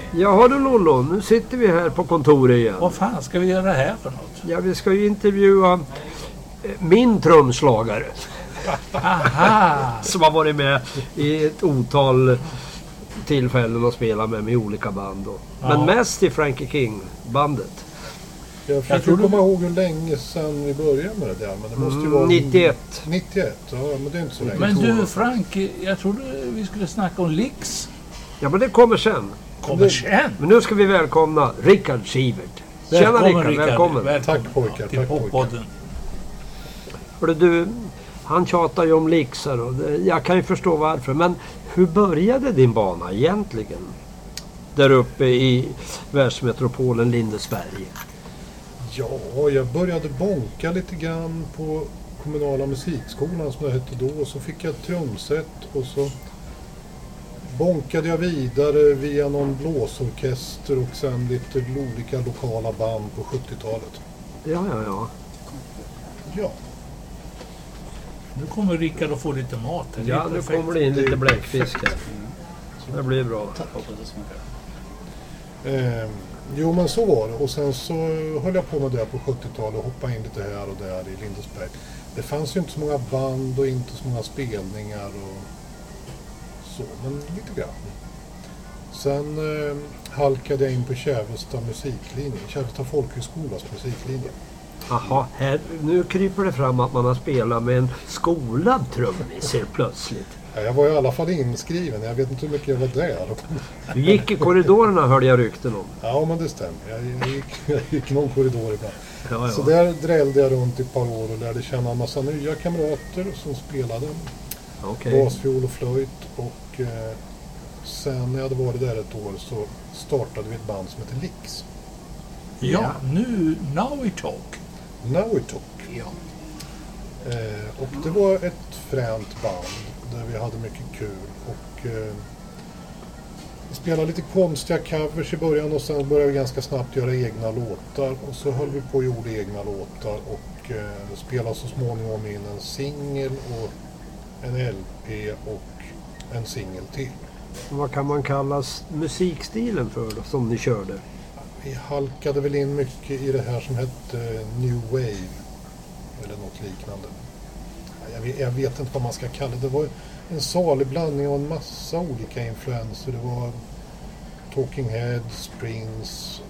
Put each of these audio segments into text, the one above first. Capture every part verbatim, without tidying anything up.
Jaha du Lollo, nu sitter vi här på kontoret igen. Vad fan ska vi göra här för något? Ja, vi ska ju intervjua min trumslagare. Aha! Som har varit med i ett otal tillfällen och spelat med mig i olika band. Då. Men Ja. mest i Frankie King-bandet. Jag försöker tror du- komma ihåg hur länge sedan vi började med det där. Men det måste ju Mm, vara... nittioett. nittioett, ja men det är inte så länge. Men du Frank, jag trodde vi skulle snacka om Licks. Ja, men det kommer sen. Kommer sen. Men nu ska vi välkomna Rickard Sivert. Tjena Rickard, välkommen. Tack, pojkar, till tack, pojkar. Poppodden. Hörru, du, han tjatar ju om Lixar och det, jag kan ju förstå varför. Men hur började din bana egentligen? Där uppe i världsmetropolen Lindesberg. Ja, jag började bonka lite grann på kommunala musikskolan som det hette då. Och så fick jag ett trumset och så bonkade jag vidare via någon blåsorkester och sen lite olika lokala band på sjuttiotalet. Ja, ja, ja. Ja, Nu kommer Rickard att få lite mat här. Det är Ja, nu perfekt. kommer det in lite bläckfisk här. Det blir bra. eh, jo men så var det. Och sen så höll jag på med det på sjuttiotalet och hoppade in lite här och där i Lindesberg. Det fanns ju inte så många band och inte så många spelningar och så, men lite grann. Sen eh, halkade jag in på Kävesta musiklinje, Kävesta folkhögskolas musiklinje. Jaha, här, nu kryper det fram att man har spelat med en skolad trummis helt plötsligt. Ja, jag var i alla fall inskriven, jag vet inte hur mycket jag var där. Du gick i korridorerna hörde jag rykten om. Ja men det stämmer, jag, jag, gick, jag gick någon korridor ibland. Ja, ja. Så där drällde jag runt i ett par år och lärde känna en massa nya kamrater som spelade Okej. basfiol och flöjt. Och eh, sen när jag hade varit där ett år så startade vi ett band som heter Licks. Ja, nu, now we talk. Now we talk. Ja. Eh, och det var ett fränt band där vi hade mycket kul. Och eh, vi spelade lite konstiga covers i början och sen började vi ganska snabbt göra egna låtar. Och så höll vi på och gjorde egna låtar och eh, spelade så småningom in en singel och en L P och en singel till. Vad kan man kalla s- musikstilen för då, som ni körde? Vi halkade väl in mycket i det här som hette New Wave eller något liknande. Jag vet, jag vet inte vad man ska kalla det. Det var en salig blandning av en massa olika influenser. Det var Talking Heads, Prince,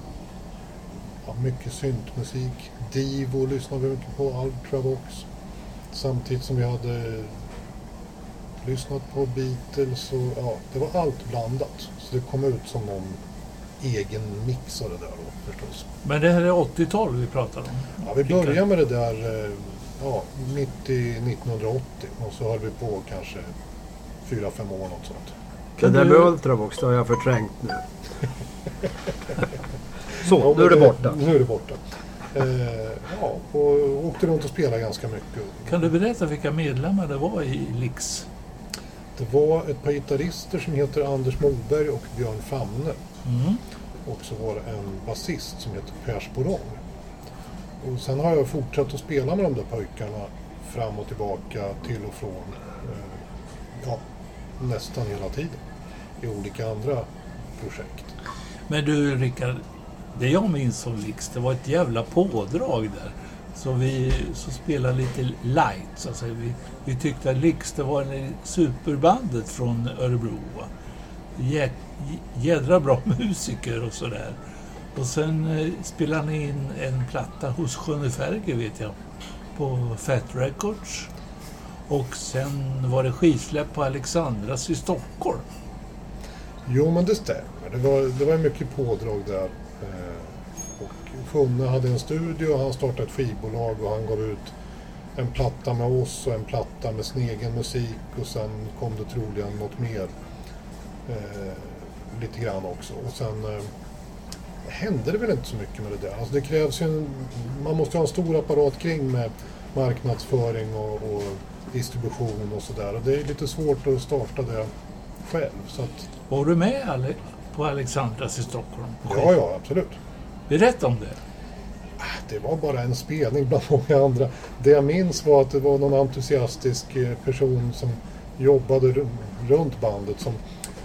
ja, mycket syntmusik. Divo lyssnade vi mycket på, Ultravox. Samtidigt som vi hade lyssnat på Beatles och ja, det var allt blandat. Så det kom ut som någon egen mix av det där då, förstås. Men det här är åttiotal vi pratar om. Ja, vi började med det där eh, ja, mitt i nittonhundraåttio och så höll vi på kanske fyra, fem år något sånt. Det där du- med Ultravox, det har jag förträngt nu. Så, nu är det borta. Nu är det borta. Eh, ja, och åkte runt och spelade ganska mycket. Kan du berätta vilka medlemmar det var i Licks? Det var ett par gitarrister som heter Anders Moberg och Björn Famne. Mm. Och så var det en basist som heter Per Sporong. Och sen har jag fortsatt att spela med de där pojkarna fram och tillbaka, till och från. Eh, ja, nästan hela tiden. I olika andra projekt. Men du Rickard, det jag minns om Licks, det var ett jävla pådrag där. Så vi så spelade lite light, så att säga. Vi, vi tyckte att Licks, det var en superbandet från Örebro. Va? Jä, jädra bra musiker och sådär. Och sen eh, spelade ni in en platta hos Schöneferger, vet jag, på Fat Records. Och sen var det skivsläpp på Alexandras i Stockholm. Jo, men det stämmer. Det var, det var mycket pådrag där. Eh, och Funne hade en studio och han startade ett skivbolag och han gav ut en platta med oss och en platta med sin egen musik och sen kom det troligen något mer. Eh, lite grann också. Och sen eh, hände det väl inte så mycket med det där. Alltså det krävs ju en, man måste ha en stor apparat kring med marknadsföring och, och distribution och sådär. Och det är lite svårt att starta det själv. Så att, Var du med Ale- på Alexandras i Stockholm? På ja, ja, absolut. Berätta om det. Det var bara en spelning bland många andra. Det jag minns var att det var någon entusiastisk person som jobbade runt bandet som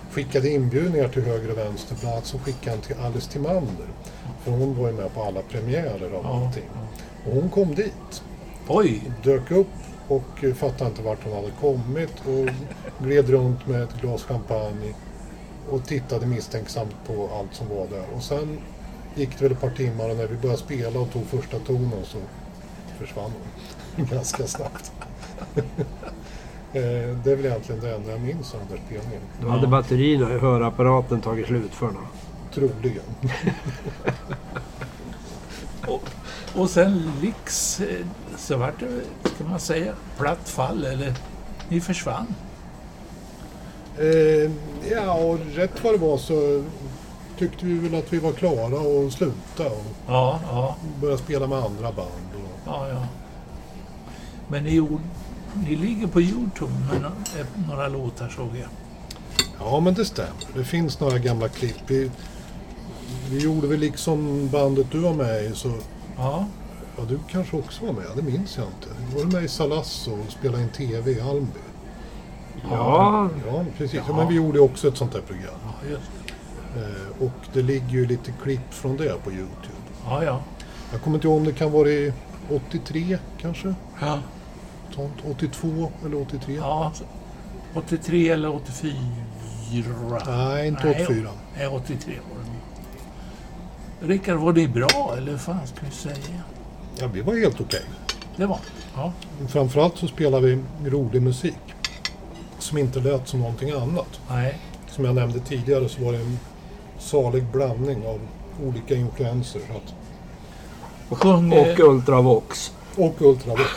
skickade inbjudningar till höger och vänster. Bland annat så skickade han till Alice Timander. För hon var ju med på alla premiärer av Ja. allting. Och hon kom dit. Oj! Dök upp och fattade inte vart hon hade kommit. Och gled runt med ett glas champagne. Och tittade misstänksamt på allt som var där. Och sen gick det väl ett par timmar och när vi började spela och tog första tonen så försvann hon ganska snabbt. Det är väl egentligen det enda jag minns av den där spelningen. Då hade batterierna i hörapparaten tagit slut för henne. Troligen. Och, och sen Lix, eh, så vart det, ska man säga, platt fall, eller ni försvann. Eh, ja, och rätt vad det var så tyckte vi väl att vi var klara och sluta och Ja, ja, börja spela med andra band. Och... ja, ja. Men ni, gjorde, ni ligger på YouTube med några, några låtar, såg jag. Ja, men det stämmer. Det finns några gamla klipp. Vi, vi gjorde väl liksom bandet du var med i, så Ja, ja, du kanske också var med, det minns jag inte. Du var med i Salasso och spelade in tv i Almby. Ja, Ja, precis. Ja. Men vi gjorde också ett sånt där program. ja, just det. Eh, och det ligger ju lite klipp från det på YouTube. Ja, ja. Jag kommer inte ihåg om det kan vara i åttiotre kanske. Ja, Sånt, åttiotvå eller åttiotre. ja. åttiotre eller åttiofyra. Nej, inte Nej, åttiofyra. Nej, åttiotre var det. Rickard, var det bra, eller vad fan ska vi säga? Ja, vi var helt okej. Det var, ja. Framförallt så spelade vi rolig musik. Som inte lät som någonting annat. Nej. Som jag nämnde tidigare så var det en salig blandning av olika influenser. Så att, Och sjung, och eh, Ultravox. och ultravox.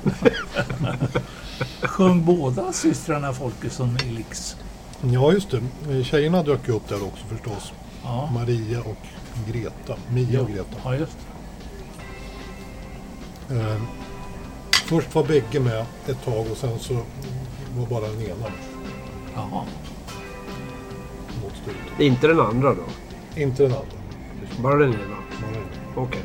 sjung båda systrarna Folkesson i Lix. Ja, just det. Tjejerna dök ju upp där också förstås. Ja. Maria och Greta. Mia och Greta. Ja, just det. Eh, först var bägge med ett tag och sen så var bara den ena Jaha. mot slutet. Det är inte den andra då? Inte den andra. Bara den ena? Bara den. Okej.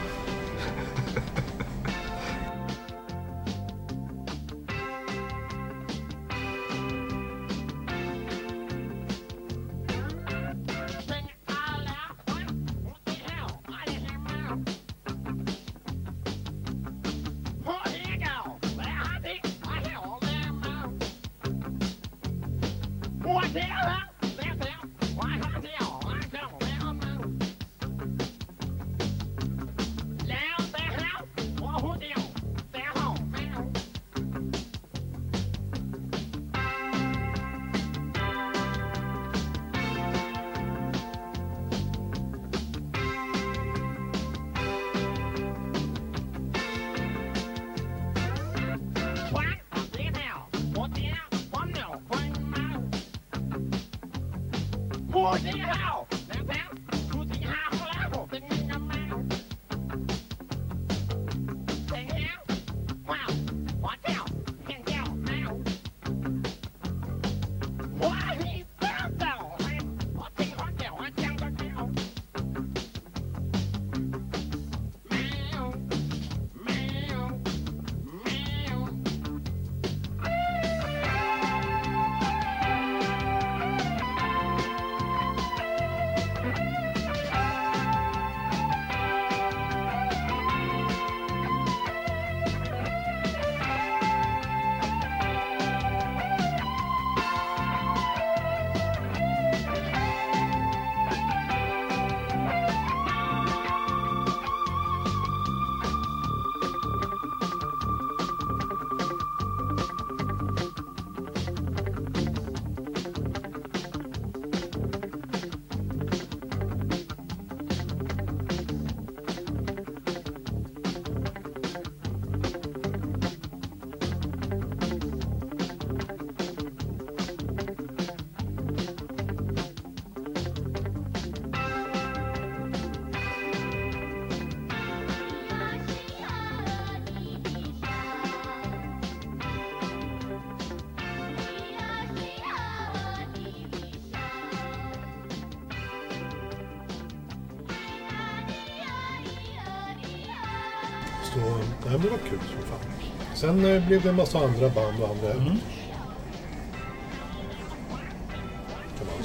Så nej, det var kul som fan. Sen eh, blev det en massa andra band och andra Mm. kan man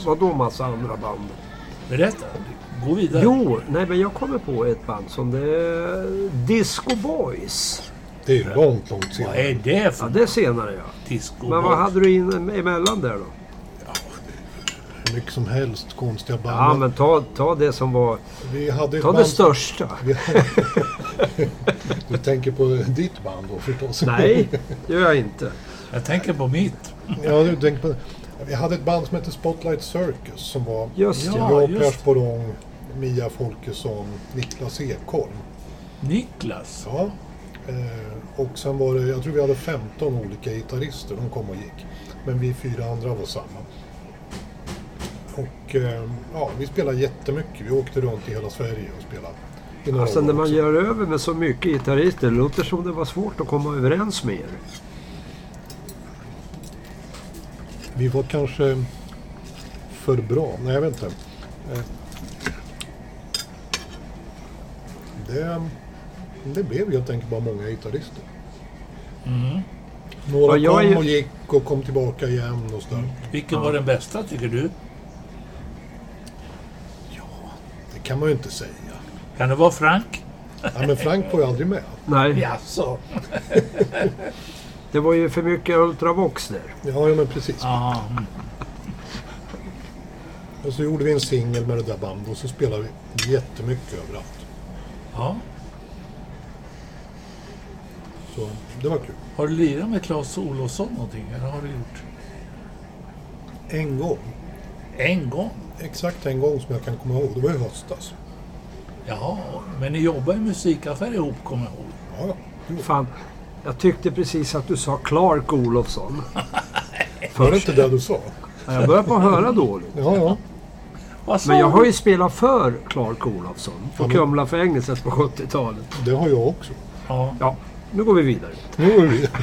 Vadå massa andra band? Berätta, gå vidare. Jo, nej men jag kommer på ett band som det är Disco Boys. Det är ju långt, långt Vad senare. är det för Ja, det är senare ja. disco? Men vad hade du in emellan där då? Hur mycket som helst konstiga band. Ja, men ta, ta det som var... Vi hade ett Ta det band... största. Du tänker på ditt band då förstås? Nej, det gör jag inte. Jag tänker på mitt. Ja, du tänker på... Vi hade ett band som hette Spotlight Circus som var Just Ja, jag, just. Per Sporrong, Mia Folkesson, Niklas Ekholm. Niklas. Ja. Eh, och sen var det, jag tror vi hade femton olika gitarrister, de kom och gick. Men vi fyra andra var samma. Och eh, ja, vi spelade jättemycket. Vi åkte runt i hela Sverige och spelade. I några Alltså år när man också. gör över med så mycket gitarrister, det låter som det var svårt att komma överens med er. Vi var kanske för bra. Nej, jag vet inte. Eh, Det, det blev helt enkelt bara många gitarrister. Mm. Några Ja, jag kom är ju- och gick och kom tillbaka igen och sådär. Vilken var den bästa tycker du? Det kan man ju inte säga. Kan det vara Frank? Ja, men Frank var ju aldrig med. Nej, Jaså? det var ju för mycket Ultravox där. Ja, ja men precis. Ja. mm. Och så gjorde vi en singel med det där bandet och så spelade vi jättemycket överallt. Ja. Så det var kul. Har du lirat med Claes Olofsson någonting? Eller har du gjort? En gång. En gång? Exakt en gång som jag kan komma ihåg. Det var i höstas. Jaha, men ni jobbar i musikaffär ihop, kommer jag ihåg. Ja, jo. Fan, jag tyckte precis att du sa Clark Olofsson. Var det inte det du sa? Ja, jag börjar på att höra dåligt. Ja, ja. Vad sa Men jag du? har ju spelat för Clark Olofsson på Ja, men- Kumlafängelset på sjuttiotalet. Det har jag också. Ja. Ja, nu går vi vidare. Nu är vi.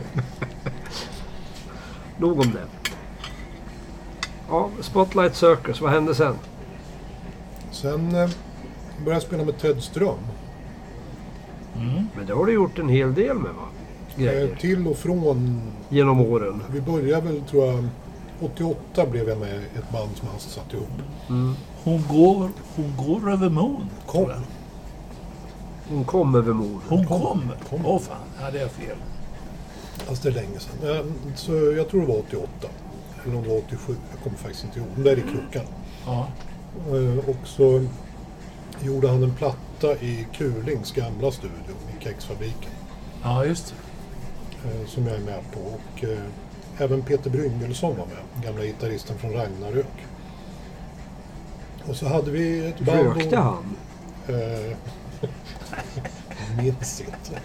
Nog om det. Ja, Spotlight Circus, vad hände sen? Sen eh, började jag spela med Ted Ström. Mm. Men det har du gjort en hel del med va? Eh, Grejer. till och från. Genom åren. Vi började väl, tror jag, åttioåtta blev jag med i ett band som han satt ihop. Mm. Hon, går, hon går över mon. Kom. tror jag. Hon kom över mord. Hon Kom. kommer. Åh Kom. oh, fan, ja, det är fel. Fast det är länge sedan. Eh, Så jag tror det var åttioåtta. Eller om det var åttiosju. Jag kommer faktiskt inte ihåg. Den där i klockan. Ja. Eh, Och så gjorde han en platta i Kulings gamla studio i Kexfabriken. ja, just det. eh, Som jag är med på. Och eh, även Peter Bryngelsson var med. Gamla gitarristen från Ragnarök. Och så hade vi ett band. Rökte han? Eh, minns inte.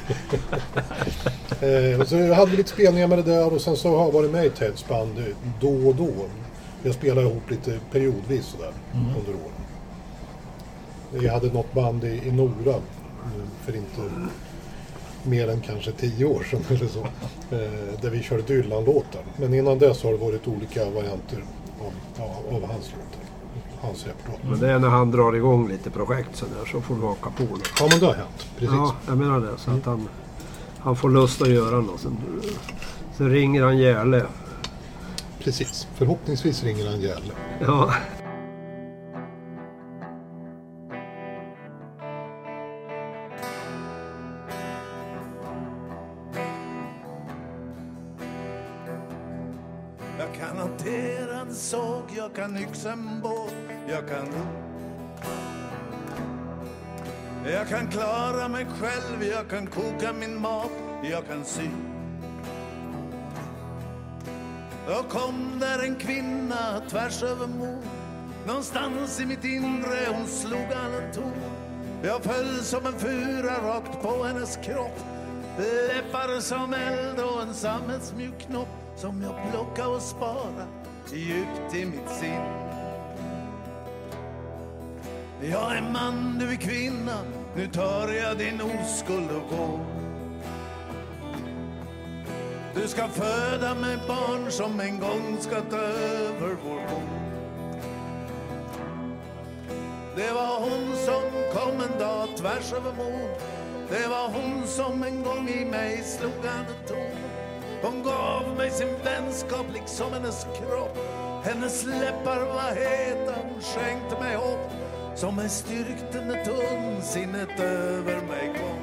eh, och så hade vi lite spelningar med det där och sen så har jag varit med i Teds band eh, då och då. Jag spelar ihop lite periodvis sådär Mm. under åren. Jag hade något band i, i Nora eh, för inte mer än kanske tio år sedan eller så. Eh, där vi körde Dylan-låtar. Men innan dess har det varit olika varianter av, ja, av hans låtar. Hans repertoar. Men det är när han drar igång lite projekt så där så får du haka på det. Ja, men det har hänt. Precis. Ja, jag menar det. Så att han, han får lust att göra något. Sen, sen ringer han Järle. Precis. Förhoppningsvis ringer han Gälle. Ja. Jag kan hantera en såg, jag kan yxa en båt, jag kan ro. Jag kan klara mig själv, jag kan koka min mat, jag kan sy. Då kom där en kvinna tvärs över mor. Någonstans i mitt inre hon slog alla ton. Jag föll som en fura rakt på hennes kropp. Läppar som eld och en sammetsmjuk knopp som jag plockar och sparar djupt i mitt sinn. Jag är man, du är kvinna, nu tar jag din oskuld och går. Du ska föda mig barn som en gång ska ta över vår bord. Det var hon som kom en dag tvärs över mord. Det var hon som en gång i mig slog an en ton. Hon gav mig sin vänskap liksom hennes kropp. Hennes läppar var heta, hon skänkte mig hopp. Som en styrkten är tunn, sinnet över mig kom.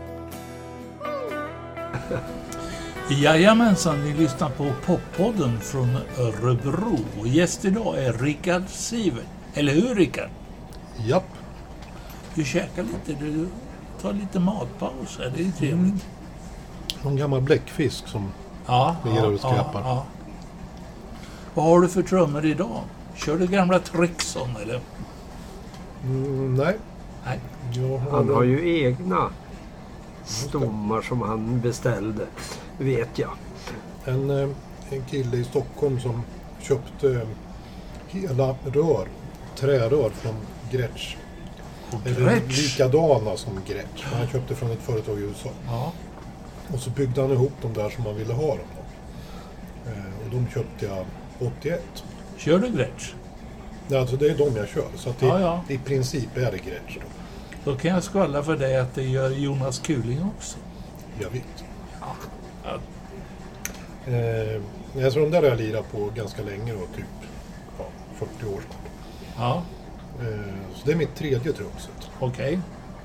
Jajamensan, ni lyssnar på Poppodden från Örebro. Gäst idag är Rickard Sivert. Eller hur, Rickard? Japp. Du käkar lite, du tar lite matpaus. Det är trevligt. Mm. Någon gammal bläckfisk som ja, ligger ja, och skräpar. Ja, ja. Vad har du för trummor idag? Kör du gamla Trixon eller? Mm, nej. Nej. Jag har Han har ju egna stommar som han beställde, vet jag. En, en kille i Stockholm som köpte hela rör, trärör från Gretsch. Eller likadana som Gretsch. Han köpte från ett företag i U S A. Ja. Och så byggde han ihop dem där som man ville ha dem. Och de köpte jag åttioett. Kör du Gretsch? Ja, alltså det är de jag kör. Så att det, ja, ja. i princip är det Gretsch då. Då kan jag skvalla för dig att det gör Jonas Kuling också. Jag vet. Ja. Ja. Eh, jag tror de där har jag lirat på ganska länge då, typ ja, fyrtio år snart. Ja. Eh, så det är mitt tredje trumset. Okej. Okay.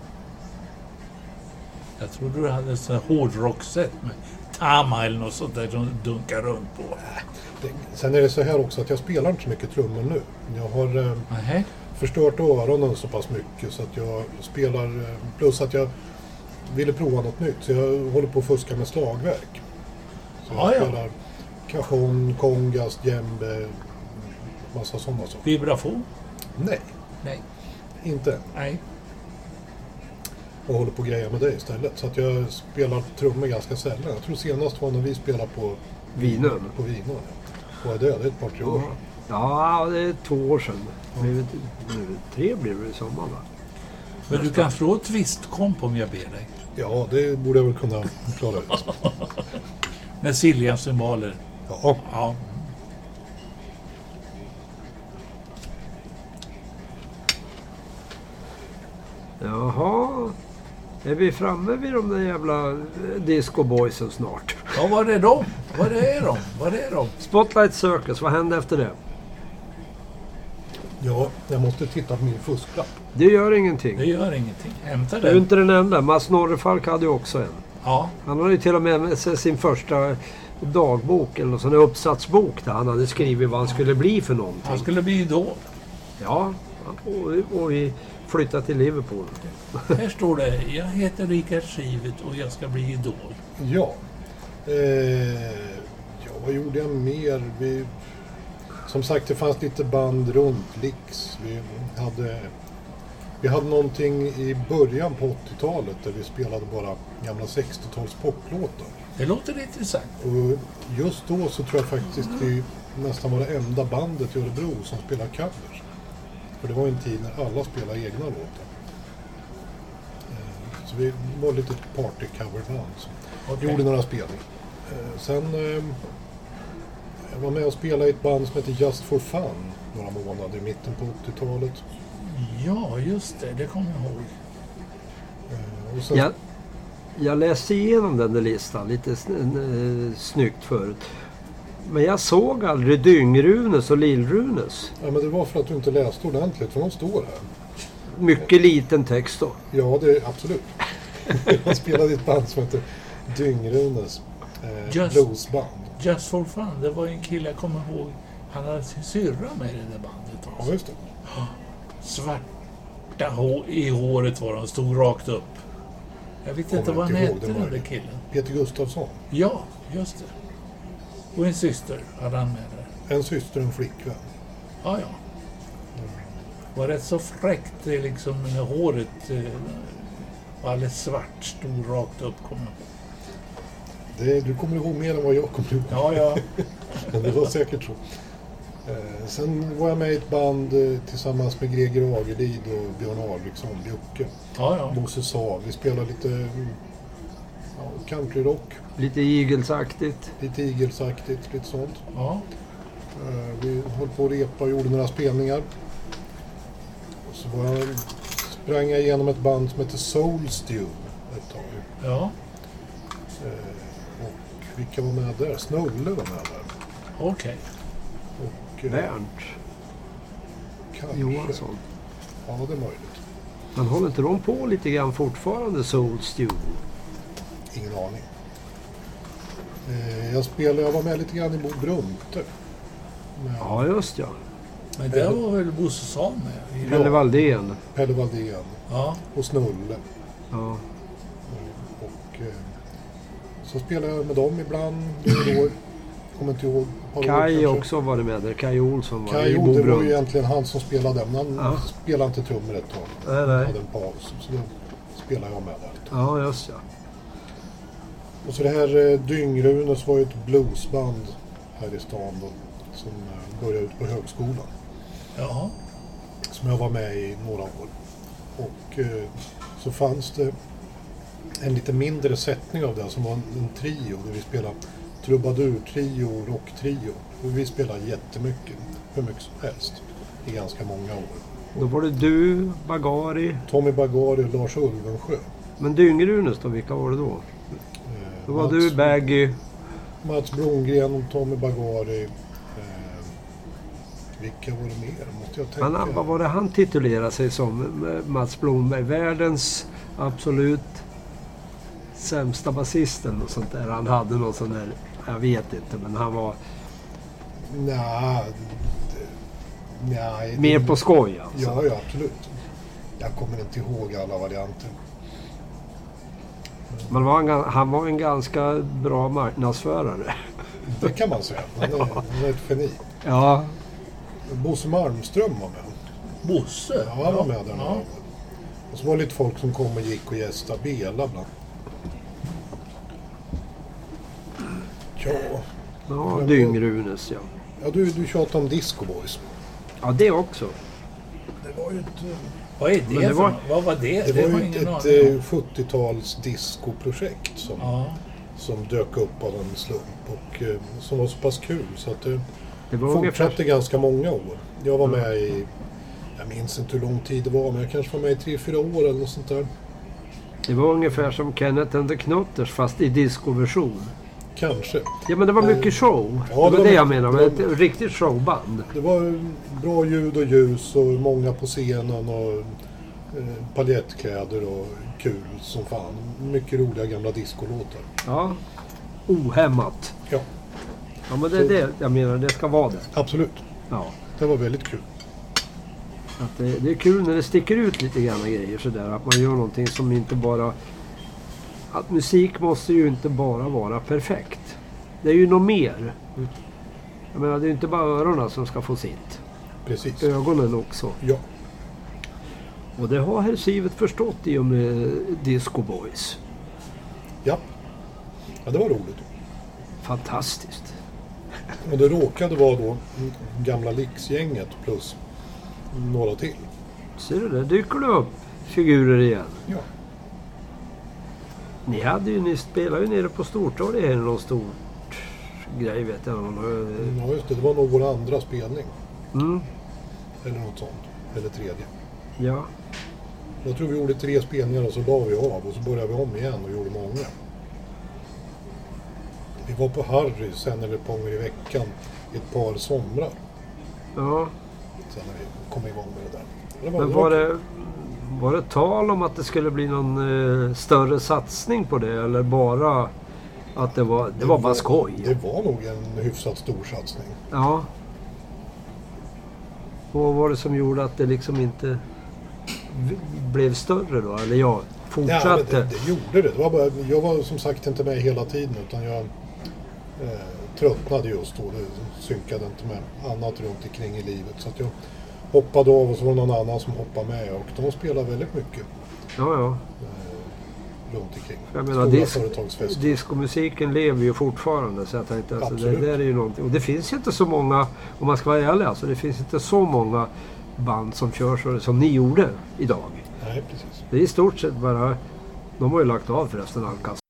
Jag trodde du hade så hårdrockset med Tama eller något sånt där som du dunkar runt på. Det, sen är det så här också att jag spelar inte så mycket trummor nu. Jag har eh, uh-huh. förstört öronen så pass mycket så att jag spelar, eh, plus att jag ville prova något nytt så jag håller på att fuska med slagverk. Så jag ah, spelar ja. cajon, kongas, djembe, massa sådana saker. Vibrafon? Nej. Nej. Inte? Nej. Och håller på att greja med det istället. Så att jag spelar trummor ganska sällan. Jag tror senast var när vi spelade på Vinön. På Vinön, ja. Vad är det? Det är ett par, tre år sedan. Ja, det är två år sedan. Ja. Nu, tre blir det i sommar, va? Men du kan slå ett twistkomp om jag ber dig. Ja, det borde jag väl kunna klara ut. Med Siljan-symboler. Ja. Ja. Jaha. Är vi framme vid de där jävla disco-boysen snart? Ja, vad är de? Vad är de? Vad är de? Spotlight Circus, vad hände efter det? Ja, jag måste titta på min fusklapp. Det gör ingenting. Det gör ingenting. Hämta den. Du är inte den enda. Mats Norrefalk hade ju också en. Ja. Han hade ju till och med sin första dagbok eller någon sån här uppsatsbok där han hade skrivit vad han skulle bli för någonting. Han skulle bli idol. Ja, och, och vi flyttade till Liverpool. Här står det, jag heter Rickard Sivert och jag ska bli idol. Ja. Eh, ja, vad gjorde jag mer? Vi, som sagt, det fanns lite band runt Lix. Vi hade, vi hade någonting i början på åttiotalet där vi spelade bara gamla sextio-tals poplåtar. Det låter intressant. Och just då så tror jag faktiskt vi nästan var det enda bandet i Örebro som spelade covers. För det var en tid när alla spelade egna låtar. Så vi var lite party-coverband som okay. gjorde några spelningar. Sen jag var med och spelade i ett band som heter Just for Fun några månader i mitten på åttiotalet. Ja, just det. Det kommer jag ihåg. Och sen, jag, jag läste igenom den där listan lite sn- snyggt förut. Men jag såg aldrig Dyngrunes och Lillrunes. Ja, men det var för att du inte läste ordentligt, för de står här. Mycket liten text då. Ja, det är absolut. Jag spelade i ett band som heter Dyngrunes eh, Just, bluesband. Just for Fun, det var en kille jag kommer ihåg. Han hade sin syrra med i det där bandet också. Ja, just det. Svarta hår, i håret var de, stod rakt upp. Jag vet inte vad han hette, den där killen. Peter Gustafsson. Ja, just det. Och en syster hade han med där. En syster och en flickvän. Ja, ja. Var rätt så fräckt, det liksom när håret eh, var alldeles svart, stod rakt upp. Kom det, du kommer ihåg mer än vad jag kommer ihåg. Ja, ja. Men det var säkert så. Eh, sen var jag med i ett band eh, tillsammans med Greger Agerlid och Björn Alriksson, Bjucke. Ja, ja. Bosse Saab. Vi spelade lite ja, countryrock. Lite Eagles-aktigt. Lite Eagles-aktigt, lite sånt. Ja. Eh, vi höll på att repa och gjorde några spelningar. Och så var jag, sprang jag igenom ett band som heter Soul Stew ett tag. Ja. Eh, och vilka var med där? Snulle var med där. Okej. Okay. Och eh, Bernt kanske. Johansson. Ja, det är möjligt. Men håller inte de på lite grann fortfarande, Soul Stew? Ingen aning. Eh, jag spelade, jag var med lite grann i Bo Brunter. Med Ja, just ja. Men det var väl Bosse Sam med? Ja. Pelle Valdén. Pelle Valdén Ja. och Snulle. Ja. Och eh, så spelade jag med dem ibland. Då och då. Kommer inte ihåg. ett par år Kaj kanske. också var det med där. Kaj Olsson var Kaj, i jo, det var Bobrunn. ju egentligen han som spelade den. Han Ja. spelade inte trummor ett tag. Nej, Han nej. hade en paus. Så då spelade jag med där. Ja, just ja. Och så det här eh, Dyngrunes var ju ett bluesband här i stan då, som eh, började ut på högskolan. Jaha. Som jag var med i några år. Och eh, så fanns det en lite mindre sättning av det som var en, en trio där vi spelade trubadur-trio, rock-trio. Och vi spelade jättemycket, hur mycket som helst, i ganska många år. Då var det du, Bagari. Tommy Bagari och Lars Ulvensjö. Men Dyngrunes då, vilka var det då? Eh, Då var Mats, du, Baggy. Mats Blomgren och Tommy Bagari. Eh, vilka var det mer? Måste jag tänka. Han, vad var det han titulerade sig som? Mats Blomberg. Världens absolut sämsta basisten och sånt där. Han hade någon sån där, jag vet inte, men han var Nja, det- nej, det- mer på skoj alltså. Ja, ja, absolut. Jag kommer inte ihåg alla varianter. Men var han, han var en ganska bra marknadsförare. Det kan man säga. Han är, han är ett geni. Ja, Bosse Malmström var med. Bosse? Ja, han var med där. Ja. Och så var det lite folk som kom och gick och gästade Bela bland. Ja, ja Dyngrunes ja. ja du, du tjatar om Disco Boys. Ja, det också. Det var ju ett, Vad är det, Men det för var- något? Vad var det? det var har ju ingen ett, aning ett om. eh, sjuttio-tals discoprojekt som, Ja. som dök upp av en slump och eh, som var så pass kul så att det Det var ungefär... fortsatte ganska många år. Jag var med i, jag minns inte hur lång tid det var, men jag kanske var med i tre, fyra år eller något sånt där. Det var ungefär som Kenneth and the Knotters fast i discoversion. Kanske. Ja, men det var mycket show. Ja, det var det det, var jag mycket- menar. det var- Ett riktigt showband. Det var bra ljud och ljus och många på scenen och eh, paljettkläder och kul som fan. Mycket roliga gamla discolåtar. Ja. Ohämmat. Ja, Ja, men det är det jag menar. Det ska vara det. absolut. Ja. Det var väldigt kul. Att det, det är kul när det sticker ut lite grann grejer sådär. Att man gör någonting som inte bara... Att musik måste ju inte bara vara perfekt. Det är ju något mer. Jag menar, det är ju inte bara öronen som ska få sitt. Precis. Ögonen också. Ja, Och det har herr Sivert förstått i och med Disco Boys. ja. Ja, det var roligt. Fantastiskt. Och det råkade vara då gamla Lix-gänget plus några till. Ser du det? Dyker det upp figurer igen. Ja, Ni hade ju, ni spelade ju nere på Stortorget här, någon stor grej vet jag. Någon, ja just det. Det var nog vår andra spelning. mm, Eller något sånt. Eller tredje. ja. Jag tror vi gjorde tre spelningar och så la vi av och så började vi om igen och gjorde många. Vi var på Harry sen eller ett par gånger i veckan i ett par somrar. Ja. Sen när vi kom igång med det där. Det var, Men var det, var det tal om att det skulle bli någon eh, större satsning på det? Eller bara att det var, det var bara skoj? Det var nog en hyfsat stor satsning. Ja. Och vad var det som gjorde att det liksom inte v- blev större då? Eller ja, Ja, men fortsatte? det, det gjorde det. det var bara, jag var som sagt inte med hela tiden utan jag eh, tröttnade just då. Det synkade inte med annat runt omkring i livet. Så att jag hoppade av och så var det någon annan som hoppade med och de spelade väldigt mycket Ja, ja. eh, runt omkring. Jag menar, Stora dis- företagsfester. diskomusiken lever ju fortfarande. Så jag tänkte, alltså, det, Absolut. det är ju någonting. Och det finns ju inte så många, om man ska vara ärlig, alltså, det finns inte så många band som kör så som ni gjorde idag. Nej, precis. Det är i stort sett bara, de har ju lagt av förresten Alkas.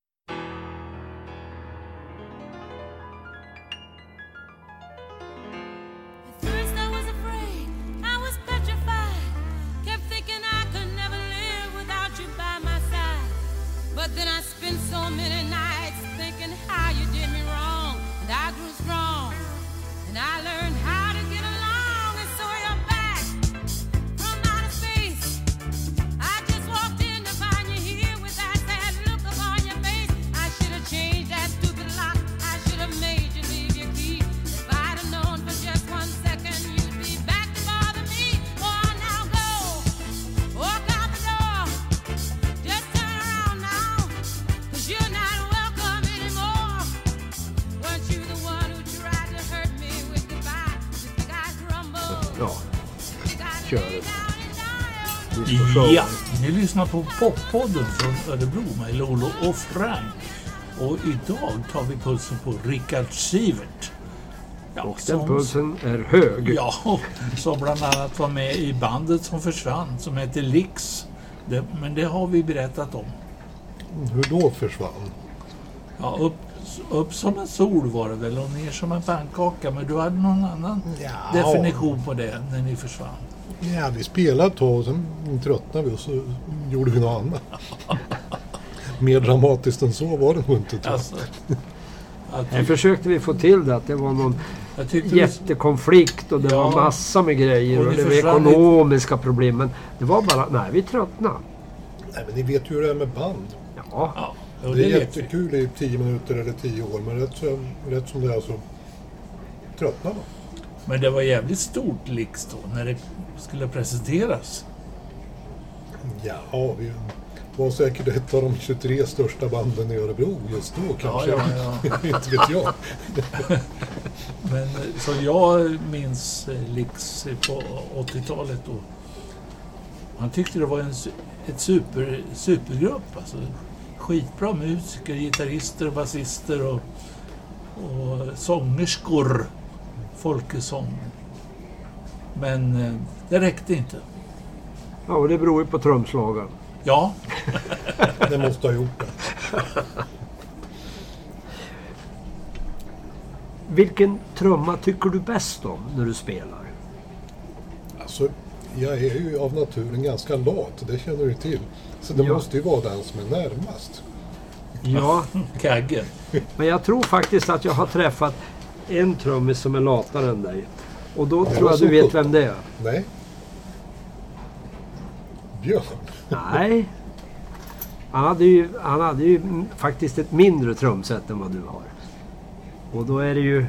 At first I was afraid, I was petrified. Kept thinking I could never live without you by my side. But then I spent so many nights thinking how you did me wrong. And I grew strong, and I learned how to get Disco-show. Ja, ni lyssnar på Poppodden från Örebro med Lolo och Frank. Och idag tar vi pulsen på Rickard Sivert. Ja, Och den som- pulsen är hög. Ja, som bland annat var med i bandet som försvann, som heter Lix. Det, men det har vi berättat om. Hur då försvann? Ja, upp, upp som en sol var det väl och ner som en pannkaka. Men du hade någon annan Ja. definition på det när ni försvann. Ja, vi spelade ett tag och sen tröttnade vi och så gjorde vi något annat. Mer dramatiskt än så var det nog inte, tror jag. Alltså, jag, Här tyck, försökte vi få till det, att det var någon jag tyckte vi, jättekonflikt och det Ja. var massa med grejer Och och, ni det var försvann ekonomiska problem. Men det var bara, nej vi tröttnade. Nej, men ni vet ju hur det är med band. Ja, ja, och Det är det vet vi. jättekul i tio minuter eller tio år, men rätt, så, rätt som det är så tröttnar man. Men det var jävligt stort Lix då när det skulle presenteras. Ja, vi var säkert ett av de tjugotre största banden i Örebro just då kanske. Ja, ja, Inte vet jag. Men eh, som jag minns eh, Lix på åttiotalet då. Han tyckte det var en, su- ett super, supergrupp. Alltså, skitbra musiker, gitarrister och basister och, och sångerskor. Folkesång. Men eh, det räckte inte. ja, och det beror ju på trumslagaren. Ja, Det måste ha gjort det. Vilken trumma tycker du bäst om när du spelar? Alltså, jag är ju av naturen ganska lat, det känner du till. Så det Ja. måste ju vara den som är närmast. Ja, Kagge. men jag tror faktiskt att jag har träffat en trummis som är latare än dig. Och då Det tror var jag så du vet sjukt. vem det är. Nej. Björn. Nej. Han hade ju, han hade ju mm, faktiskt ett mindre trumset än vad du har. Och då är det ju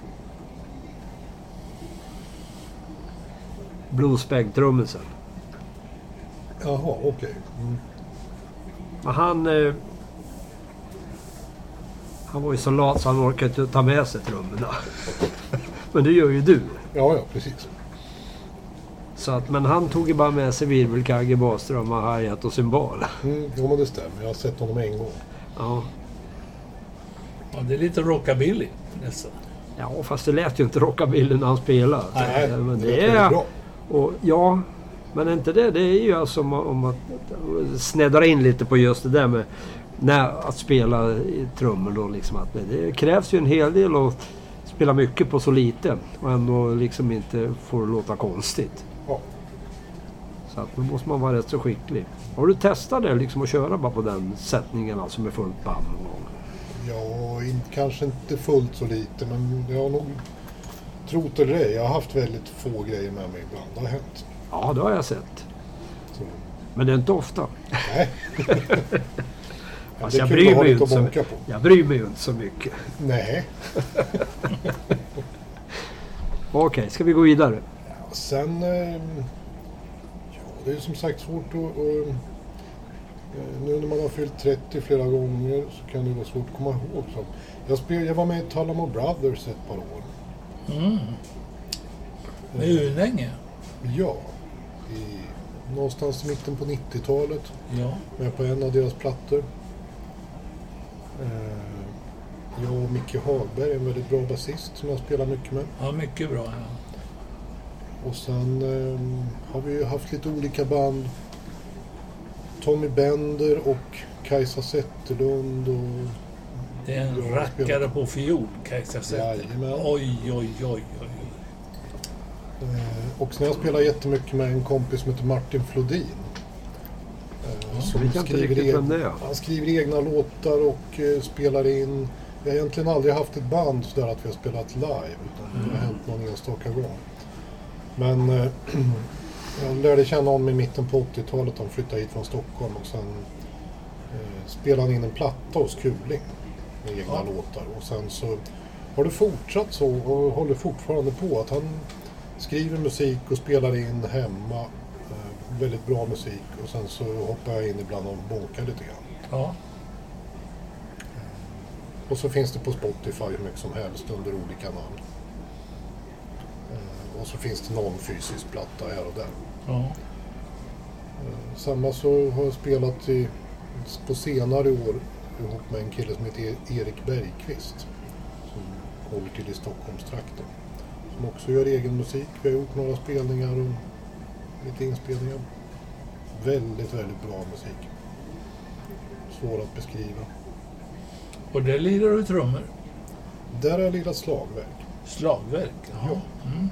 Bluesbag-trummisen. Jaha, okej. Mm. Men han... Eh, han var ju så lat så han orkade inte ta med sig trummorna. Men det gör ju du. Ja, ja, precis. Så att, men han tog ju bara med sig virvelkagge, basströmmar, hi-hat och cymbal. Mm, jo, men det stämmer. Jag har sett honom en gång. Ja. Ja, det är lite rockabilly nästan. ja, fast det lät ju inte rockabilly när han spelade. Nej, men det det är är... bra. Och, ja, men inte det. Det är ju alltså om, om att snäddra in lite på just det där med när, att spela i trummor då liksom. Att det krävs ju en hel del att spela mycket på så lite och ändå liksom inte få det låta konstigt. Ja. Så att då måste man vara rätt så skicklig. Har du testat det liksom att köra bara på den sättningen alltså med fullt band någon gång? Ja, in, kanske inte fullt så lite, men jag har nog trott eller ej. Jag har haft väldigt få grejer med mig ibland. Det har hänt. Ja, det har jag sett. Så, Men det är inte ofta. nej. Fast det är jag kul bryr att ha mig ju lite inte att så, bonka på. jag bryr mig ju inte så mycket. Nej. Okej, ska vi gå vidare? Sen, eh, ja, det är som sagt svårt att, att eh, nu när man har fyllt trettio flera gånger så kan det vara svårt att komma ihåg. Så. Jag, spel, jag var med i Talamo Brothers ett par år. Mm. Med Unänge. Ja, i, någonstans i mitten på nittiotalet. Ja. Med på en av deras plattor. Eh, jag och Micke Hagberg, en väldigt bra basist som jag spelar mycket med. Ja, mycket bra. Ja. Och sen eh, har vi ju haft lite olika band. Tommy Bender och Kajsa Zetterlund och... Det är en rackare på fiol, Kajsa Zetterlund. Jajamän. Oj, oj, oj, oj. Eh, och sen har jag spelat jättemycket med en kompis som heter Martin Flodin. Eh, som vet jag inte skriver riktigt vem det är. Han skriver egna låtar och eh, spelar in. Vi har egentligen aldrig haft ett band så där att vi har spelat live. Utan det har hänt någon enstaka gång. Men eh, jag lärde känna honom i mitten på åttiotalet. Han flyttade hit från Stockholm och sen eh, spelade han in en platta hos Kuling med egna Ja. låtar. Och sen så har det fortsatt så och håller fortfarande på att han skriver musik och spelar in hemma. Eh, väldigt bra musik. Och sen så hoppar jag in ibland och bonkar lite grann. Ja. Och så finns det på Spotify hur mycket som helst under olika namn. Eh, och så finns det någon fysisk platta här och där. Ja. samma så har jag spelat i, på senare år ihop med en kille som heter Erik Bergqvist. Som håller till i Stockholmstrakten. Som också gör egen musik. Vi har gjort några spelningar och lite inspelningar. Väldigt, väldigt bra musik. Svår att beskriva. Och där lirar du trummor? Där har jag lirat slagverk. Slagverk? Jaha. Mm.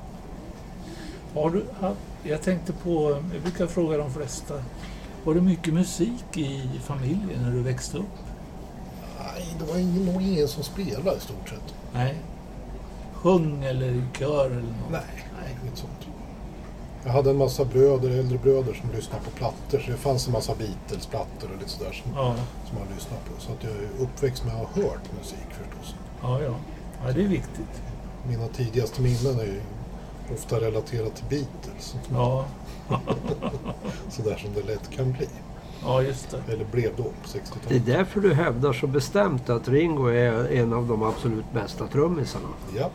Har du, jag tänkte på, jag brukar fråga de flesta, var det mycket musik i familjen när du växte upp? Nej, det var ingen, nog ingen som spelade i stort sett. Nej. Sjung eller kör eller något? Nej, nej, inget sånt. Jag hade en massa bröder, äldre bröder som lyssnade på plattor. Så det fanns en massa Beatles-plattor och lite sådär som, ja. som man lyssnade på. Så att jag är uppväxt med att ha hört musik förstås. Ja, ja. Ja, det är viktigt. Mina tidigaste minnen är ju ofta relaterat till Beatles. Ja. Sådär som det lätt kan bli. Ja, just det. Eller blev då på sextiotalet. Det är därför du hävdar så bestämt att Ringo är en av de absolut bästa trummisarna. Japp.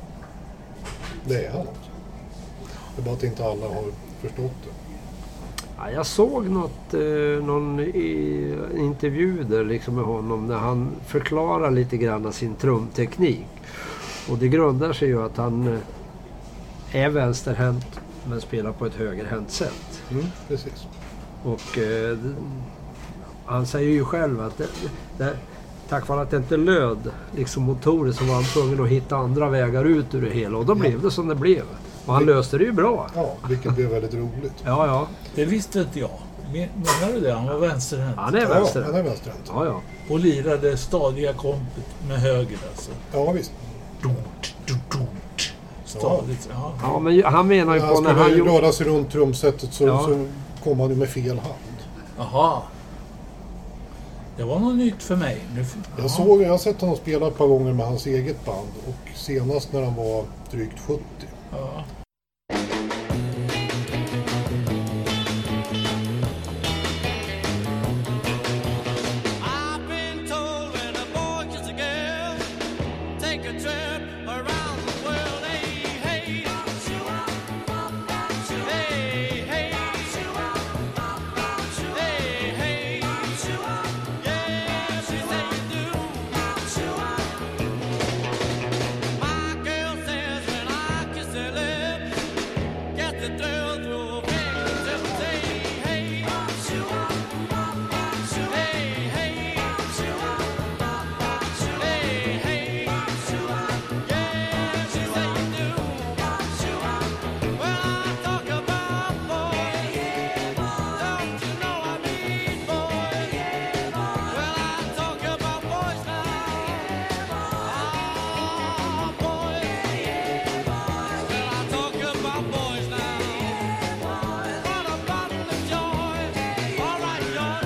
Det är han också. Det är bara att inte alla har förstått det. Ja, jag såg något, eh, någon i, intervju där liksom med honom när han förklarar lite grann sin trumteknik. Och det grundar sig ju att han eh, är vänsterhänt men spelar på ett högerhänt sätt. Mm, precis. Och eh, han säger ju själv att det, det, tack vare att det inte löd liksom motorer så var han tvungen att hitta andra vägar ut ur det hela. Och då Ja. blev det som det blev. Och han löste det ju bra. Ja, vilket blev väldigt roligt. Ja, ja. Det visste inte jag. Men- Menar du det? Han var vänsterhänt. Han är Ja, vänsterhänt. han är vänsterhänt. Ja, ja. Och lirade stadiga kompet med höger alltså. Ja, visst. Dort, dort, dort. Stadigt. Ja. Ja, men han menar ju När på han när han skulle gjorde... röra sig runt trumsetet så, Ja. så kom han ju med fel hand. Jaha. Det var något nytt för mig. Nu, Jag, ja. såg, jag har sett honom spela ett par gånger med hans eget band och senast när han var drygt sjuttio. Ja. I've been told when a boy kisses a girl, take a trip around the world. Hey, hey, hey, hey, hey, hey, yeah, she say you do. My girl says when I kiss her lips, get the thrill through her fingertips. Hey, hey, hey, hey, hey, hey, yeah, she say you do. Well, I talk about boys, don't you know I mean boys? Well, I talk about boys now, ah, boys. Well, I talk about boys now. What a bottle of joy, all right, George.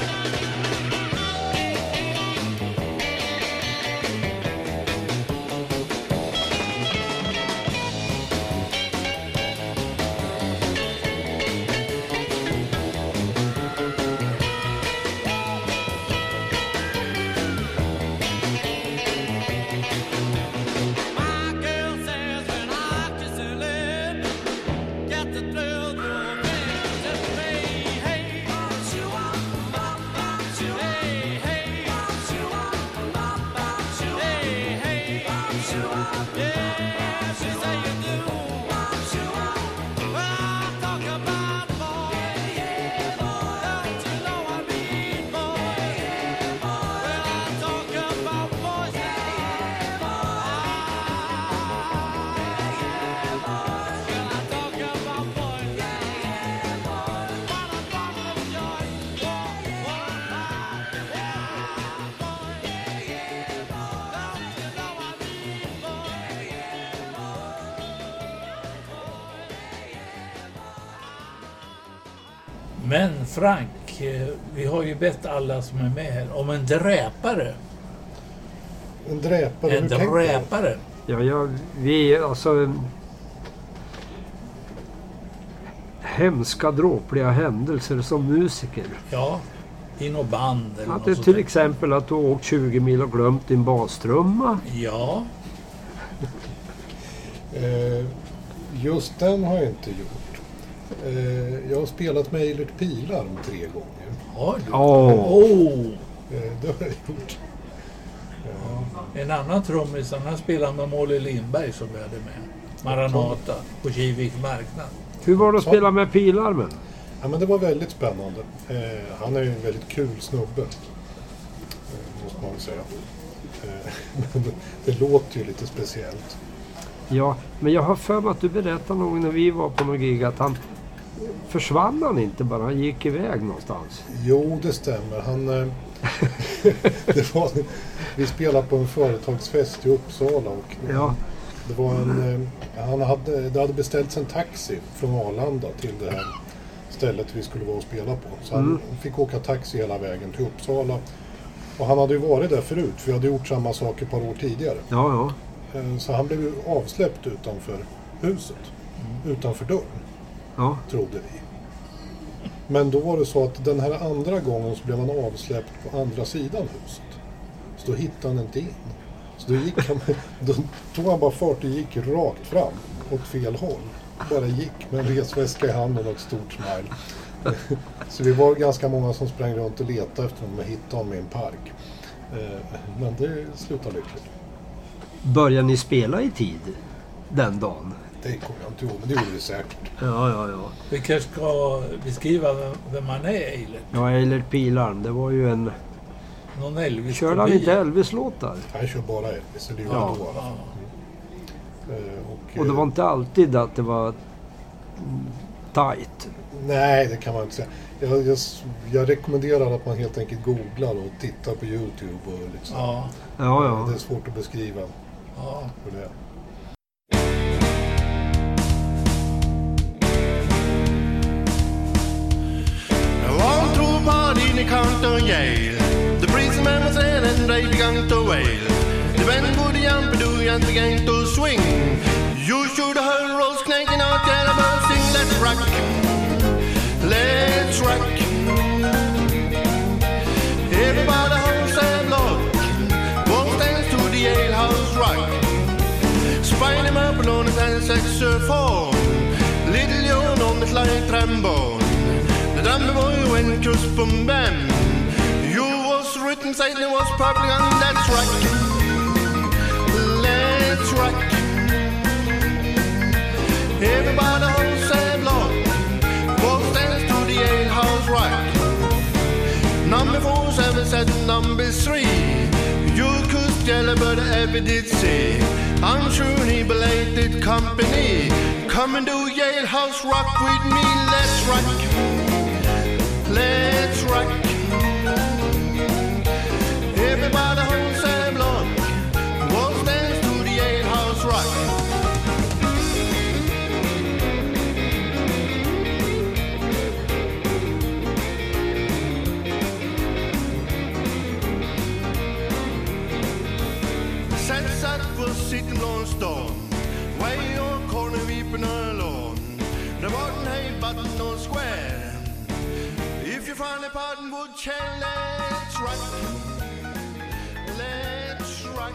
My girl says when I kiss her lips, get the thrill through her fingertips. Hey, hey, hey, hey, hey, hey, yeah, she say you do. Well, I talk about boys, don't you know I mean boys? Well, I talk about boys now. Well, I talk about boys now. What a bottle of joy. What a night. Boys, don't you know I mean boys? Men Frank, eh, vi har ju bett alla som är med här om en dräpare. En dräpare, En hur tänker du? dräpare. Ja, ja, vi alltså... Hemska, dråpliga händelser som musiker. Ja, i något band eller Att något det sånt till där. exempel att du har åkt tjugo mil och glömt din bastrumma. Ja, Eh, just den har jag inte gjort. Eh, jag har spelat med Eilert Pilarm tre gånger. Har du? Åh. Oh. Eh, det har jag gjort. En annan trummis, han spelade med Molly Lindberg som vi hade med. Maranata på Kivik marknad. Hur var det att spela med Pilarmen? Ja, men det var väldigt spännande. Eh, han är ju en väldigt kul snubbe. Eh, måste man väl säga. Eh, men det, det låter ju lite speciellt. Ja, men jag har för mig att du berättade någon när vi var på någon gig att han försvann han inte bara, han gick iväg någonstans. Jo, det stämmer. Han, eh, det var, vi spelade på en företagsfest i Uppsala och Ja. det var en, eh, han hade, det hade beställts en taxi från Arlanda till det här stället vi skulle vara och spela på. Så han Mm. fick åka taxi hela vägen till Uppsala. Och han hade ju varit där förut, för vi hade gjort samma sak ett par år tidigare. Ja, ja. Eh, Så han blev ju avsläppt utanför huset, utanför dörren, Ja. trodde vi. Men då var det så att den här andra gången så blev han avsläppt på andra sidan huset. Så då hittade han inte in. Så då, gick han, då tog han bara fart och gick rakt fram åt fel håll. Bara gick med en resväska i handen och ett stort smile. Så vi var ganska många som sprang runt och letade efter honom och hittade honom i en park. Eh, Men det slutade lyckligt. Började ni spela i tid den dagen? Det kommer jag inte ihåg, men det gjorde vi säkert. Ja, ja, ja. Vi kanske ska beskriva vem, vem man är, Eilert. Ja, Eilert Pilarm, det var ju en... Någon Elvis. Körde han inte Elvis-låtar? Han kör bara Elvis, eller gjorde Ja. då i alla fall. Ja. Eh, Och, Och det var inte alltid att det var mm, tight. Nej, det kan man inte säga. Jag, jag, jag rekommenderar att man helt enkelt googlar och tittar på YouTube. Och liksom. Ja. Ja, ja. Det är svårt att beskriva Ja. hur det är. On to a party in the county jail. The prison man was in and they began to wail. The band would jump and began to swing. You should have heard Rose knocking out terrible sing. Let's rock, let's rock. Everybody holds their block. Won't dance to the alehouse rock. Spine him up on his saxophone. Little John on the flying trombone. The drummer boy went to boom bam. You was written, Satan was probably on. Let's rock, let's rock. Everybody holds their block. Won't dance to the alehouse rock. Number four, seven, seven, number three. You could tell but I ever did see. I'm sure he belated company. Come and do Yale House rock with me. Let's rock, let's rock. Everybody holds their block. Won't dance to the Yale House rock. Sats at for sitting on stone. Way your corner weeping alone. The button hey button on square. If you find a pardon would chair, let's rock. Let's rock.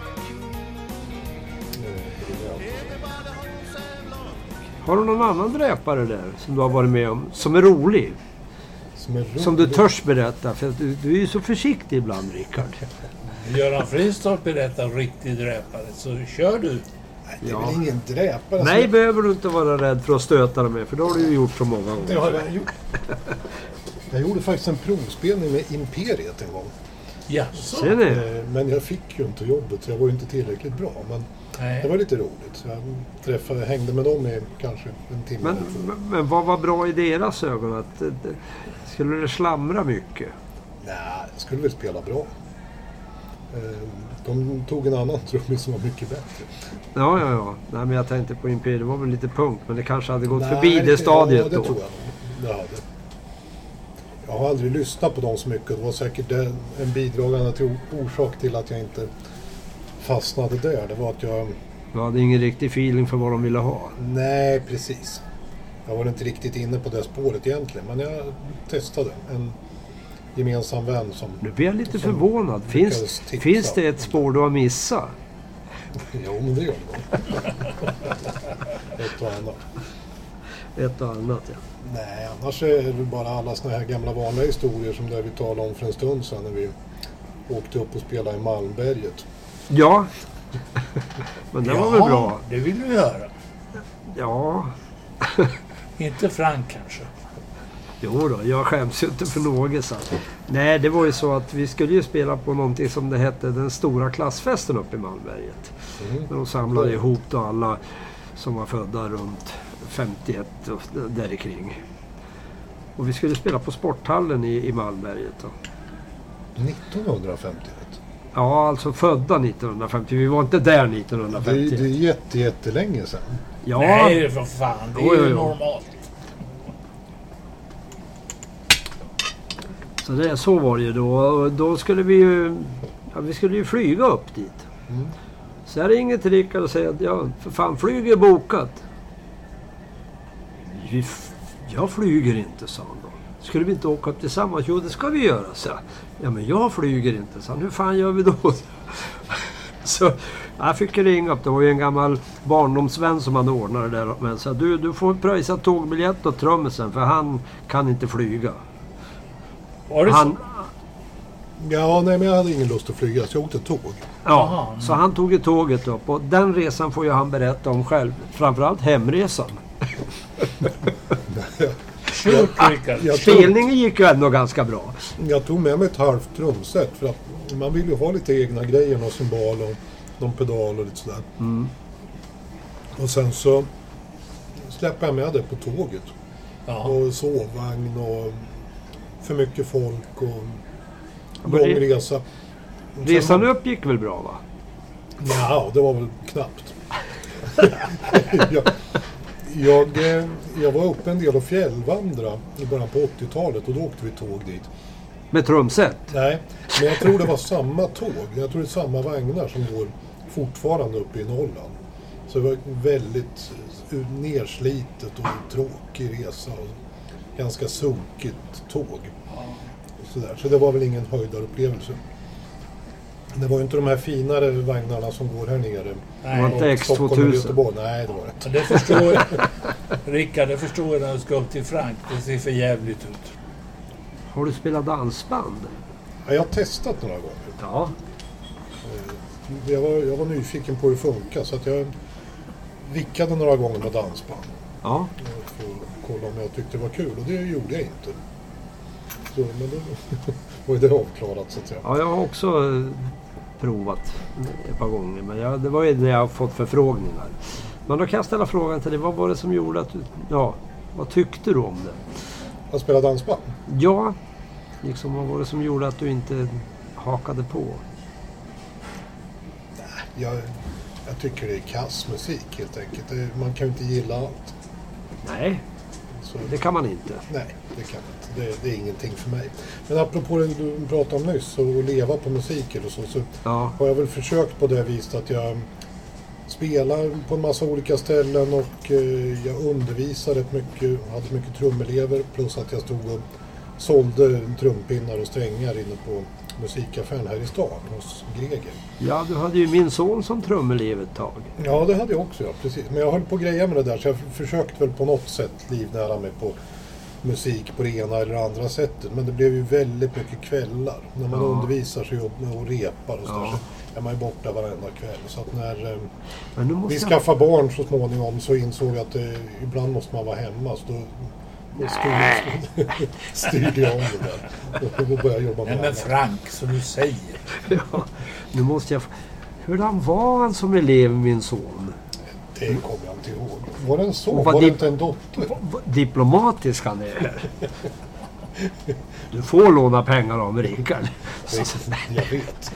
Everybody holds their block. Har du någon annan dräpare där som du har varit med om? Som är rolig? Som, är Som du roligt. törs berätta? För att du, du är ju så försiktig ibland, Rickard. Göran Fristorp berättar riktig dräpare, så kör du. Nej, det är Ja. väl ingen dräpare. Nej, som- behöver du inte vara rädd för att stöta dig med. För det har du ju gjort så många Det gånger. har jag gjort. Jag gjorde faktiskt en provspelning med Imperiet en gång. Jaså? Ser ni? Eh, Men jag fick ju inte jobbet, så jag var ju inte tillräckligt bra. Men det var Nej. lite roligt. Så jag träffade, hängde med dem i kanske en timme. Men, eller två. men, men vad var bra i deras ögon? Att, eh, det- skulle det slamra mycket? Nej, jag skulle väl spela bra. Eh, De tog en annan trummis som var mycket bättre. Ja, ja, ja. Nej, men jag tänkte på Imperiet. Det var väl lite punkt. Men det kanske hade gått Nej, förbi det Ja, stadiet det då. tror jag nog. Det hade. Jag har aldrig lyssnat på dem så mycket. Det var säkert en en bidragande till- orsak till att jag inte fastnade där. Det var att jag... Du hade ingen riktig feeling för vad de ville ha. Nej, precis. Jag var inte riktigt inne på det spåret egentligen. Men jag testade. En gemensam vän som... Nu blir jag lite som förvånad. lyckades Finns, tipsa. finns det ett spår du har missat? Jo, men det gör det nog. Ett och annat. ett och annat. Ja. Nej, annars är det bara alla såna här gamla vanliga historier som där vi talade om för en stund sedan när vi åkte upp och spelade i Malmberget. Ja, men det var väl bra. Det vill du göra. Ja, Inte Frank kanske. jo då, jag skäms ju inte för något. Så. Nej, det var ju så att vi skulle ju spela på någonting som det hette den stora klassfesten uppe i Malmberget. Mm. När de samlade ihop då alla som var födda runt femtioett och där kring. Och vi skulle spela på sporthallen i, i Malmberget då. nittonhundrafemtioett. Ja, alltså födda nittonhundrafemtio. Vi var inte där Det är, nittonhundrafemtio. det är jätte, jättelänge sedan. Ja, Nej, för fan. Det är Jo, jo, ju jo. normalt. så det, så var det ju då. Och då skulle vi ju, ja, vi skulle ju flyga upp dit. Mm. Så jag ringer till Rickard och säger att ja, för fan, flyg är bokat. Vi f- Jag flyger inte, sa han då. Skulle vi inte åka upp tillsammans? Jo, det ska vi göra, så. Ja, men jag flyger inte, så. Hur fan gör vi då? Så jag fick ringa upp. Det var ju en gammal barndomsvän som hade ordnat det där. Men så du, du får pröjsa tågbiljett och trummisen, för han kan inte flyga. Var det Han, så? Ja, nej, men jag hade ingen lust att flyga så jag åkte tåg. ja, Aha. så han tog ju tåget upp. Och den resan får ju han berätta om själv. Framförallt hemresan. Kört, Rickard. Jag tog, Spelningen gick ju ändå ganska bra. jag tog med mig ett halvt trumset för att man vill ju ha lite egna grejer, någon symbol och någon pedal och lite sådär. Mm. Och sen så släppte jag med det på tåget. Ja. Och sovvagn och för mycket folk och Men lång det- resa. Resan upp gick väl bra, va? Ja, det var väl knappt. jag, jag, eh, jag var uppe en del och fjällvandra i början på åttiotalet och då åkte vi tåg dit. Med trumset. Nej, men jag tror det var samma tåg. Jag tror det är samma vagnar som går fortfarande uppe i Norrland. Så det var väldigt eh, nerslitet och tråkig resa och ganska sunkigt tåg. Så, där. Så det var väl ingen höjdarupplevelse. Det var ju inte de här finare vagnarna som går här nere. Det var inte Nej. X Stockholm och tvåtusen. Göteborg. Nej, det var det inte. Men det förstår jag. Rickard, det förstår jag när du ska upp till Frank. Det ser för jävligt ut. Har du spelat dansband? Ja, jag har testat några gånger. Ja. Jag var, jag var nyfiken på hur det funkar så att jag vickade några gånger med dansband. Ja. För att kolla om jag tyckte det var kul och det gjorde jag inte. Så, men då var det avklarat så att säga. Ja, jag har också eh, provat ett par gånger. Men jag, det var ju när jag har fått förfrågningar. Men då kan jag ställa frågan till dig. Vad var det som gjorde att du... Ja, vad tyckte du om det? Att spela dansband? Ja, liksom vad var det som gjorde att du inte hakade på? Jag, jag tycker det är kass musik helt enkelt. Det, man kan ju inte gilla allt. Nej, Så, det kan man inte. nej, det kan man inte. Det, det är ingenting för mig. Men apropå det du pratade om nyss, att leva på musik eller så, så Ja, har jag väl försökt på det viset att jag spelar på en massa olika ställen och eh, jag undervisar rätt mycket, hade mycket trumelever plus att jag stod och sålde trumpinnar och strängar inne på musikaffären här i stan hos Greger. ja, du hade ju min son som trumelev ett tag. Ja, det hade jag också, ja, precis. Men jag höll på att greja med det där så jag försökte väl på något sätt livnära mig på musik på det ena eller andra sättet. Men det blev ju väldigt mycket kvällar. När man Ja. undervisar så och, och repar och sådär Ja. så är man ju borta varenda kväll. Så att när eh, Men nu måste vi jag... skaffade barn så småningom så insåg jag att eh, ibland måste man vara hemma. Så då, då styrde, styrde jag om det där. Och då började jag jobba med Nej men annat. Frank, som du säger. Ja, nu måste jag... Hurdan var han som elev, min son? Det kommer jag inte ihåg. Var det en son? Och vad Var det dip- inte en dotter? V- v- Diplomatisk han är. Du får låna pengar av Rickard. Det- Jag vet.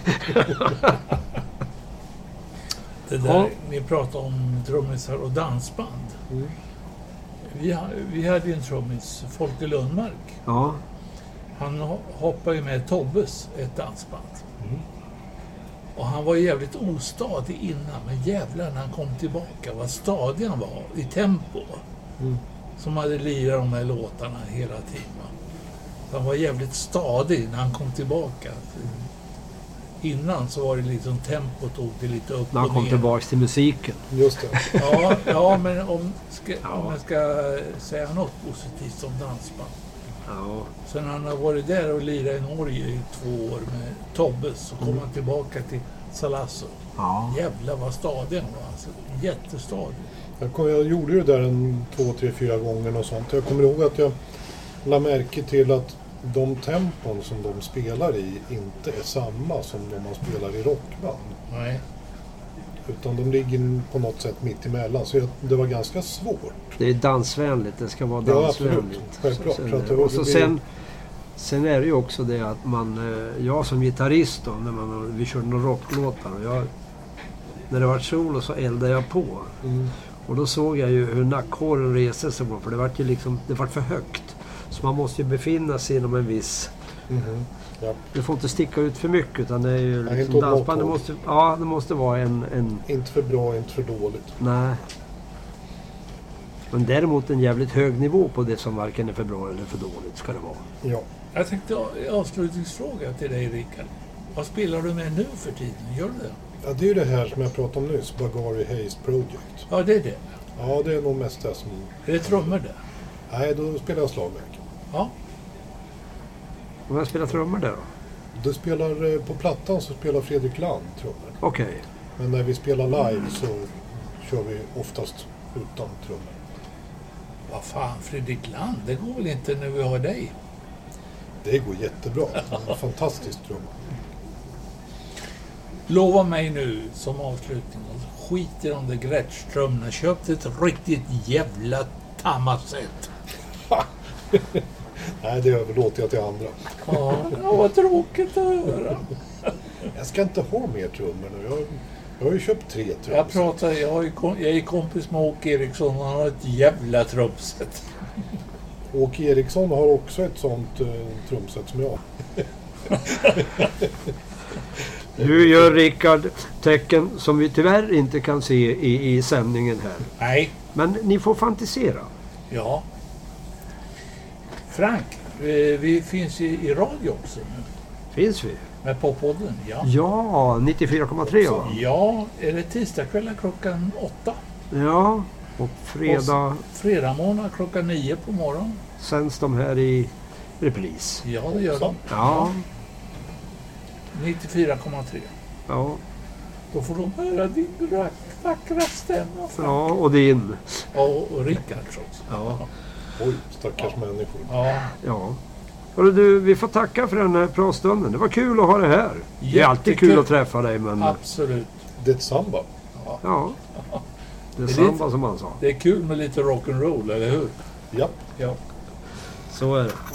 Det där, Ja. ni pratar om trummisar och dansband. Mm. Vi, ha- vi hade ju en trummis, Folke Lundmark. Ja, Han ho- hoppade ju med Tobbes, ett dansband. Mm. Och han var jävligt ostadig innan, men jävlar när han kom tillbaka, vad stadig han var i tempo. Mm. Som hade lirat de här låtarna hela tiden. va. Så han var jävligt stadig när han kom tillbaka. innan så var det liksom tempot åkte lite upp När han och kom ner. tillbaks till musiken. Just det. Ja, ja, men om, ska, Ja. om jag ska säga något positivt om dansband. Ja. Sen han har varit där och lirat i Norge i två år med Tobbe så kom Mm. han tillbaka till Salasso. Ja. Jävlar vad stadig han var. Alltså, jättestadig. Jag, kom, jag gjorde ju det där en två, tre, fyra gånger och sånt. Jag kommer ihåg att jag la märke till att de tempon som de spelar i inte är samma som när man spelar i rockband. Nej. Utan de ligger på något sätt mitt emellan. Så jag, det var ganska svårt. Det är dansvänligt. Det ska vara Ja, dansvänligt. absolut. Självklart. Så, Så att det- och så det blir- sen, sen är det ju också det att man, eh, jag som gitarrist då, när man, vi körde några rocklåtar och jag, när det var solo så eldade jag på. Mm. Och då såg jag ju hur nackhåren reste sig på, för det var ju liksom, det var för högt. Så man måste ju befinna sig inom en viss... Mhm. Ja. Det får inte sticka ut för mycket, utan det är ju Nej, liksom inte åt dansband. Det något måste, ja, det måste vara en, en... Inte för bra, inte för dåligt. Nej. Men däremot en jävligt hög nivå på det som varken är för bra eller för dåligt ska det vara. Ja. Jag tänkte avslutningsfråga till dig, Rickard. Vad spelar du med nu för tiden? Gör du det? Ja, det är ju det här som jag pratade om nyss. Bagari Hayes Project. Ja, det är det. Ja, det är nog mest det som... Är det trummor där? Nej, då spelar jag slagverk. Ja. Om jag spelar trummor där då? Du spelar, eh, på plattan så spelar Fredrik Land trummor. Okej. Men när vi spelar live så kör vi oftast utan trummor. Vad fan, Fredrik Land, det går väl inte när vi har dig? Det går jättebra. Det är fantastiskt trumma. Lova mig nu som avslutning, skit i de där Gretsch-trummorna. Köp ett riktigt jävla tammaset. Nej, det överlåter jag till andra. Ja, ja, vad tråkigt att höra. Jag ska inte ha mer trummor nu. Jag, jag har ju köpt tre trummor. Jag pratar, jag är, kom, jag är kompis med Åke Eriksson och han har ett jävla trummset. Åke Eriksson har också ett sånt eh, trumset som jag. Nu gör Rickard tecken som vi tyvärr inte kan se i, i sändningen här. Nej. Men ni får fantisera. Ja. Frank, eh, vi finns i, i radio också nu. Finns vi? Med Poppodden, ja. Ja, nittiofyra komma tre va? Ja, är det tisdagskvällar klockan åtta? Ja, och fredag Fredag morgon klockan nio på morgonen. sänds de här i repris. Ja, det gör de. Ja, nittiofyra komma tre. ja, Då får de höra din rack, vackra stämma. Frank. ja och din. Ja, och, och Rickards också. Ja, Oj, stackars människor. Ja, ja. Hörru du, vi får tacka för den här pratstunden. Det var kul att ha det här. Det är alltid Jättekul. kul att träffa dig, men absolut. Det är ett samba. ja. Det är Det är samba som han sa. Det är kul med lite rock'n'roll, eller hur? Ja. Ja. Så är det.